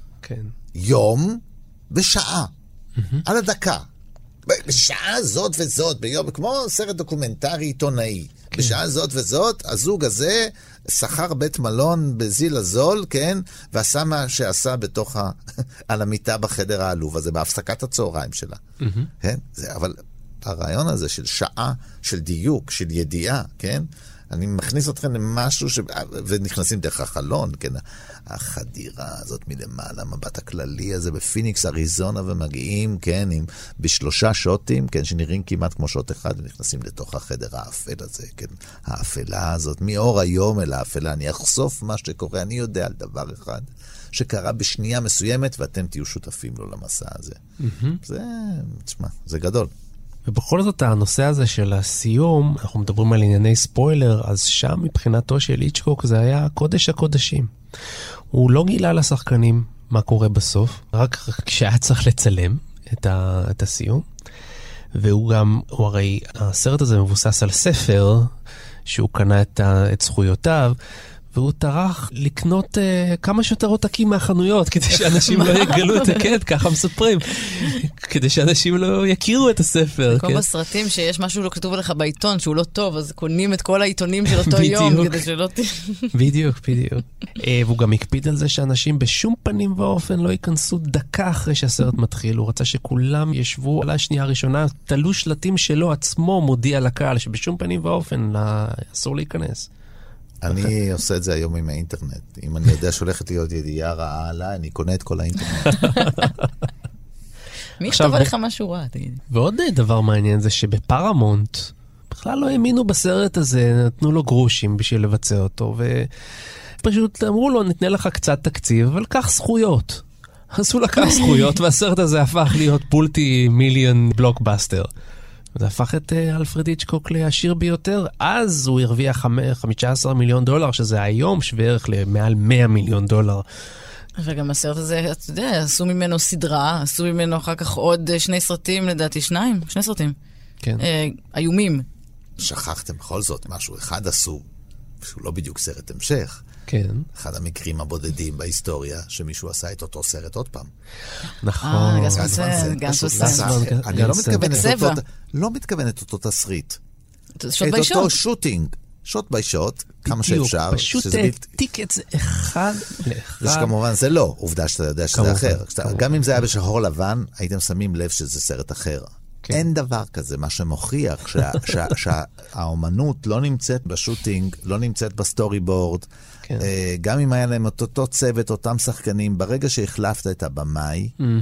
יום, בשעה, על הדקה. בשעה זאת וזאת, ביום, כמו סרט דוקומנטרי עיתונאי. בשעה זאת וזאת, הזוג הזה שכר בית מלון בזיל הזול, כן? ועשה מה שעשה בתוך על המיטה בחדר העלוב הזה, בהפסקת הצהריים שלה. כן? אבל הרעיון הזה של שעה, של דיוק, של ידיעה, כן? אני מכניס אתכם למשהו ונכנסים דרך החלון, כן? החדירה הזאת מלמעלה, המבט הכללי הזה בפיניקס, אריזונה, ומגיעים, כן? בשלושה שוטים, כן? שנראים כמעט כמו שוט אחד, ונכנסים לתוך החדר האפל הזה, כן? האפלה הזאת, מאור היום אל האפלה, אני אחשוף מה שקורה, אני יודע על דבר אחד, שקרה בשנייה מסוימת, ואתם תהיו שותפים לו למסע הזה. זה, תשמע, זה גדול. ובכל זאת הנושא הזה של הסיום, אנחנו מדברים על ענייני ספוילר, אז שם מבחינתו של היצ'קוק זה היה קודש הקודשים. הוא לא גילה לשחקנים מה קורה בסוף, רק כשהיה צריך לצלם את הסיום. והוא גם, הרי הסרט הזה מבוסס על ספר, שהוא קנה את זכויותיו, והוא טרח לקנות כמה שיותר עותקים מהחנויות, כדי שאנשים לא יגלו את הקט, ככה מספרים, כדי שאנשים לא יכירו את הספר. כמו בסרטים שיש משהו לא כתוב עליך בעיתון, שהוא לא טוב, אז קונים את כל העיתונים של אותו יום, כדי שלא בדיוק. והוא גם הקפיד על זה שאנשים בשום פנים ואופן לא ייכנסו דקה אחרי שהסרט מתחיל. הוא רצה שכולם ישבו על השנייה הראשונה, תלו שלטים שלו עצמו מודיע לקהל, שבשום פנים ואופן אסור להיכנס. אני עושה את זה היום עם האינטרנט. אם אני יודע שהולכת להיות ידיעה רעה עליי, אני קונה את כל האינטרנט. מי יכתוב עליך משהו רע, תגיד? ועוד דבר מעניין זה שבפרמונט, בכלל לא האמינו בסרט הזה, נתנו לו גרושים בשביל לבצע אותו, ופשוט אמרו לו, נתנה לך קצת תקציב, אבל קח זכויות. אז הוא לקח זכויות, והסרט הזה הפך להיות פולטי מיליון בלוקבאסטר. זה הפך את אלפרד היצ'קוק לעשיר ביותר. אז הוא הרוויח $15 מיליון, שזה היום שווה ערך למעל $100 מיליון. וגם הסרט הזה, אתה יודע, עשו ממנו סדרה, עשו ממנו אחר כך עוד 2 סרטים, לדעתי 2 סרטים. כן. איומים. שכחתם בכל זאת משהו. אחד עשו, שהוא לא בדיוק סרט המשך. כן. אחד המקרים הבודדים בהיסטוריה, שמישהו עשה את אותו סרט עוד פעם. נכון. אני לא מתכוונת אותו תסריט. את אותו שוטינג. שוט בי שוט, כמה שאפשר. פשוט תעתיק את זה אחד לאחד. זה שכמובן זה לא, עובדה שאתה יודע שזה אחר. גם אם זה היה בשחור לבן, הייתם שמים לב שזה סרט אחר. אין דבר כזה, מה שמוכיח שהאומנות לא נמצאת בשוטינג, לא נמצאת בסטורי בורד, גם אם היה להם אותו צוות, אותם שחקנים, ברגע שהחלפת את הבמאי,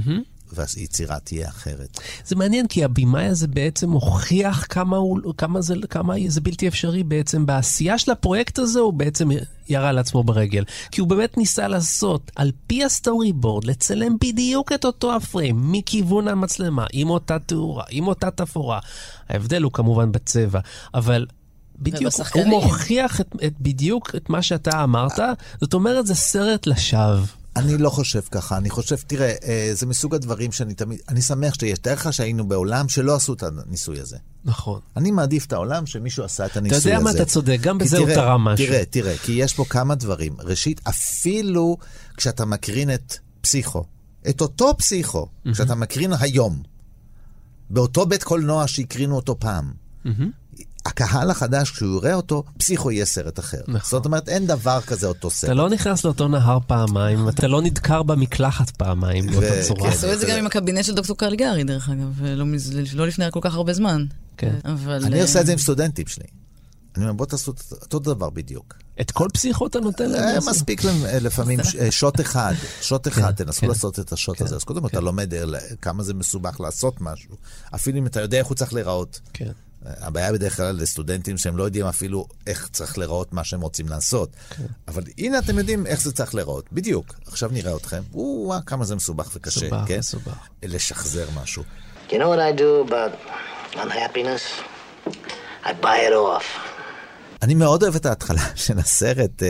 והיצירה תהיה אחרת. זה מעניין, כי הבימאי הזה בעצם הוכיח כמה זה בלתי אפשרי בעצם בעשייה של הפרויקט הזה, הוא בעצם ירה לעצמו ברגל. כי הוא באמת ניסה לעשות, על פי הסטורי בורד, לצלם בדיוק את אותו הפריים, מכיוון המצלמה, עם אותה תאורה, עם אותה תפורה. ההבדל הוא כמובן בצבע, אבל בדיוק, הוא מוכיח בדיוק את מה שאתה אמרת, זאת אומרת, זה סרט לשווא. אני לא חושב ככה, אני חושב, תראה, זה מסוג הדברים שאני תמיד, אני שמח שתהיה לך שהיינו בעולם שלא עשו את הניסוי הזה. נכון. אני מעדיף את העולם שמישהו עשה את הניסוי הזה. אתה יודע מה אתה צודק, גם בזה הוא תרם משהו. תראה, כי יש פה כמה דברים. ראשית, אפילו כשאתה מקרין את פסיכו, את אותו פסיכו, כשאתה מקרין היום, באותו בית קולנוע שהקרינו אותו פעם, הקהל החדש, כשהוא יראה אותו, פסיכו יהיה סרט אחר. זאת אומרת, אין דבר כזה אותו סרט. אתה לא נכנס לאותו נהר פעמיים, אתה לא נדקר במקלחת פעמיים, באותה צורה. עשו את זה גם עם הקבינט של דוקטור קליגרי, דרך אגב, לא לפני כל כך הרבה זמן. אני עושה את זה עם סטודנטים שלי. אני אומר, בוא תעשו אותו דבר בדיוק. את כל פסיכו אתה נותן להם? מספיק לפעמים שוט אחד, תנסו לעשות את השוט הזה. אז קודם אתה לומד כמה זה מסובך לעשות משהו. אפילו אם אתה יודע איך הוא צריך להיראות. כן. הבעיה בדרך כלל לסטודנטים שהם לא יודעים אפילו איך צריך להיראות מה שהם רוצים לעשות. אבל הנה אתם יודעים איך זה צריך להיראות. בדיוק. עכשיו נראה אתכם. כמה זה מסובך וקשה. מסובך. לשחזר משהו. You know what I do about unhappiness? I buy it off. אני מאוד אוהב את ההתחלה של הסרט,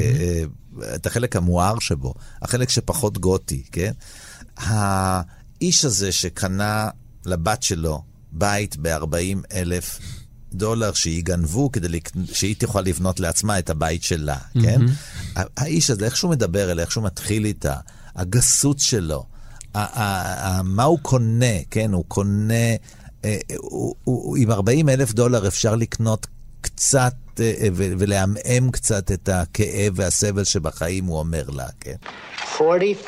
את החלק המואר שבו, החלק שפחות גותי, כן? האיש הזה שקנה לבת שלו בית $40,000 שיגנבו כדי שהיא תוכל לבנות לעצמה את הבית שלה, כן? האיש הזה, איך שהוא מדבר אליה, איך שהוא מתחיל איתה, הגסות שלו, מה הוא קונה, כן? הוא קונה, עם $40,000 אפשר לקנות קצת ולהמאם קצת את הכאב והסבל שבחיים, הוא אומר לה, כן? $40,000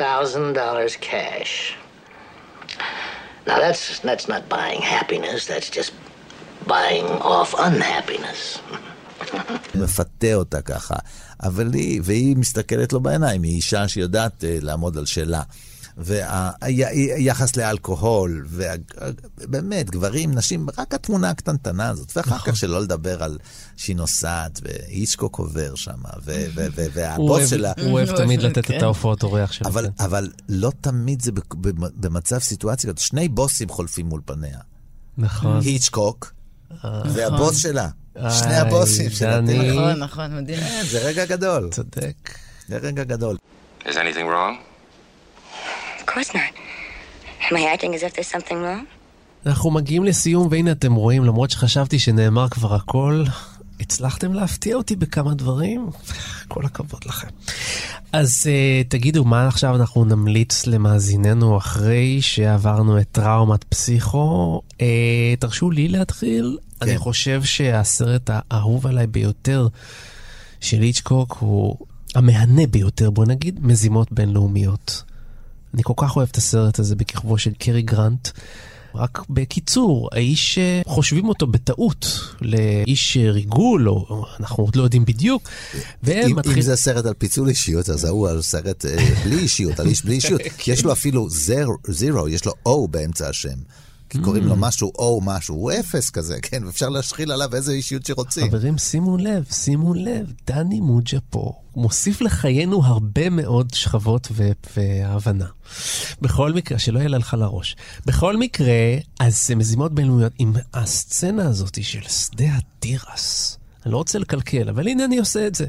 cash. Now that's not buying happiness, that's just buying off unhappiness. מפתה אותה ככה, אבל והיא מסתכלת לו בעיניים, היא אישה שיודעת לעמוד על שלה. והיחס לאלכוהול, ובאמת, גברים, נשים, רק התמונה הקטנטנה הזאת, ואחר כך שלא לדבר על שהיא נוסעת, והיצ'קוק עובר שם, והבוס שלה... הוא אוהב תמיד לתת את ההופעות אורח שלו. אבל לא תמיד זה במצב סיטואציה, שני בוסים חולפים מול פניה. נכון. היצ'קוק, והבוס שלה. שני הבוסים שלה. נכון, מדהים. זה רגע גדול. צודק. זה רגע גדול. Is anything wrong? Of course not. Am I acting as if there's something wrong? אנחנו מגיעים לסיום, והנה אתם רואים, למרות שחשבתי שנאמר כבר הכל, הצלחתם להפתיע אותי בכמה דברים. כל הכבוד לכם. אז תגידו, מה עכשיו אנחנו נמליץ למאזיננו אחרי שעברנו את טראומת פסיכו? תרשו לי להתחיל. כן. אני חושב שהסרט האהוב עליי ביותר של היצ'קוק הוא המהנה ביותר, בוא נגיד, מזימות בינלאומיות. אני כל כך אוהב את הסרט הזה בכיכבו של קרי גרנט. רק בקיצור, האיש חושבים אותו בטעות לאיש ריגול, או אנחנו עוד לא יודעים בדיוק. אם זה סרט על פיצול אישיות, אז הוא על סרט בלי אישיות, על איש בלי אישיות. יש לו אפילו זירו, יש לו O באמצע השם. כי קוראים לו משהו או משהו, הוא אפס כזה, כן, ואפשר להשחיל עליו איזה אישיות שרוצים. חברים, שימו לב, דני מוג'ה פה, מוסיף לחיינו הרבה מאוד שכבות והבנה. בכל מקרה, שלא יעלה לך לראש. בכל מקרה, אז זה מזימות בינלאומיות עם הסצנה הזאת של שדה התירס. אני לא רוצה לקלקל, אבל הנה אני עושה את זה.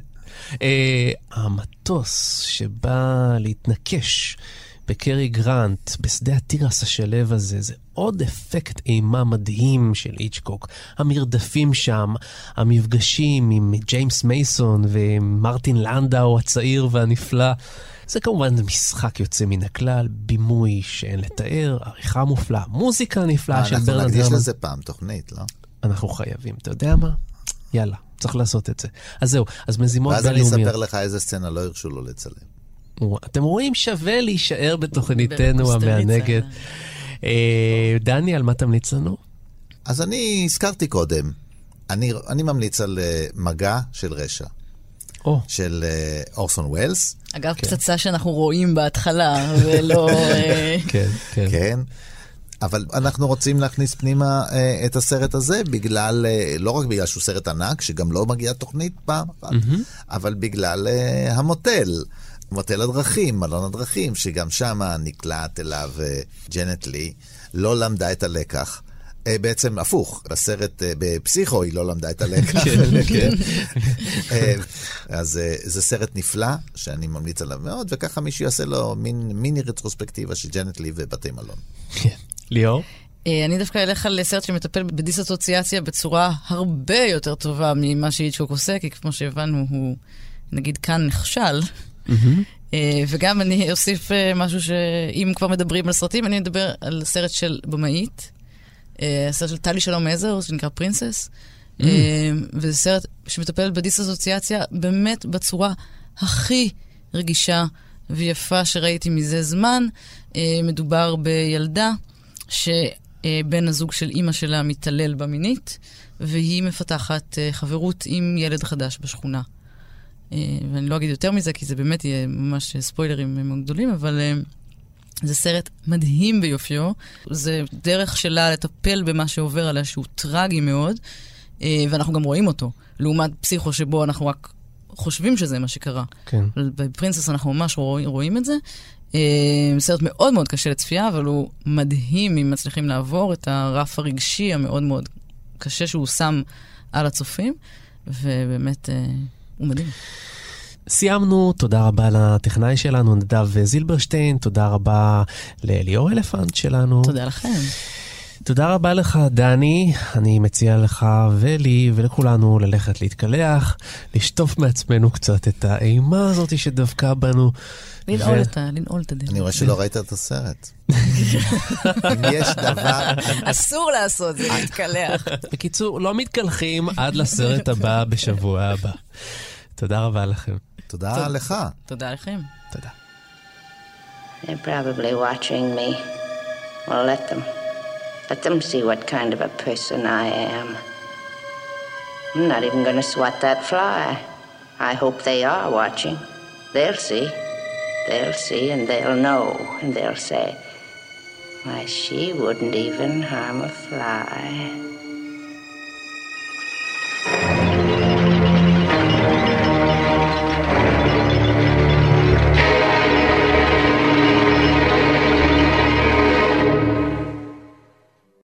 המטוס שבא להתנקש בקרי גרנט, בשדה התירס השלב הזה, זה עוד אפקט אימה מדהים של היצ'קוק. המרדפים שם, המפגשים עם ג'יימס מייסון ומרטין לנדאו הצעיר והנפלא. זה כמובן משחק יוצא מן הכלל, בימוי שאין לתאר, עריכה מופלאה, מוזיקה נפלאה של ברנרד הרמן. אנחנו נקדיש לזה פעם תוכנית, לא? אנחנו חייבים, אתה יודע מה? יאללה, צריך לעשות את זה. אז זהו, אז מזימות בינלאומיות. ואז אני אספר לך איזה סצנה לא הרשו לו לצלם. אתם רואים, שווה להישאר בתוכניתנו המענגת. דני, על מה תמליץ לנו? אז אני הזכרתי קודם, אני ממליץ על מגע של רשע. של אורסון ווילס. אגב, פצצה שאנחנו רואים בהתחלה, ולא... כן, כן. כן. אבל אנחנו רוצים להכניס פנימה את הסרט הזה, לא רק בגלל שהוא סרט ענק, שגם לא מגיע תוכנית פעם אחת, אבל בגלל המוטל. מוטל הדרכים, מלון הדרכים, שגם שם נקלעת אליו ג'נט לי, לא למדה את הלקח. בעצם הפוך, בסרט בפסיכו היא לא למדה את הלקח. אז זה סרט נפלא, שאני ממליץ עליו מאוד, וככה מישהו יעשה לו מיני רטרוספקטיבה של ג'נט לי ובתי מלון. ליאור? אני דווקא אלך על סרט שמטפל בדיסאסוציאציה בצורה הרבה יותר טובה ממה שהיצ'קוק עושה, כי כמו שהבנו הוא, נגיד, כאן נכשל. וגם אני אוסיף משהו שאם כבר מדברים על סרטים, אני מדבר על סרט של במאית, סרט של טלי שלום עזר, שנקרא פרינסס, וזה סרט שמטפל בדיסאסוציאציה באמת בצורה הכי רגישה ויפה שראיתי מזה זמן. מדובר בילדה שבן הזוג של אימא שלה מתעלל במינית, והיא מפתחת חברות עם ילד חדש בשכונה. ואני לא אגיד יותר מזה, כי זה באמת יהיה ממש ספוילרים מאוד גדולים, אבל זה סרט מדהים ביופיו. זה דרך שלה לטפל במה שעובר עליה, שהוא טרגי מאוד, ואנחנו גם רואים אותו, לעומת פסיכו שבו אנחנו רק חושבים שזה מה שקרה. כן. בפרינסס אנחנו ממש רואים את זה. סרט מאוד מאוד קשה לצפייה, אבל הוא מדהים אם מצליחים לעבור את הרף הרגשי המאוד מאוד קשה שהוא שם על הצופים, ובאמת הוא מדהים. סיימנו, תודה רבה לטכנאי שלנו, נדב זילברשטיין, תודה רבה לליאור אלפנט שלנו. תודה לכם. תודה רבה לך, דני. אני מציע לך ולי ולכולנו ללכת להתקלח, לשטוף מעצמנו קצת את האימה הזאת שדווקא בנו. לנעול את הדלת. אני רואה שלא ראית את הסרט. אם יש דבר... אסור לעשות זה, להתקלח. בקיצור, לא מתקלחים עד לסרט הבא בשבוע הבא. תודה רבה לכם. תודה לך. תודה לכם. תודה. They're probably watching me. Well, let them. Let them see what kind of a person I am. I'm not even going to swat that fly. I hope they are watching. They'll see. They'll see and they'll know. And they'll say, why, she wouldn't even harm a fly.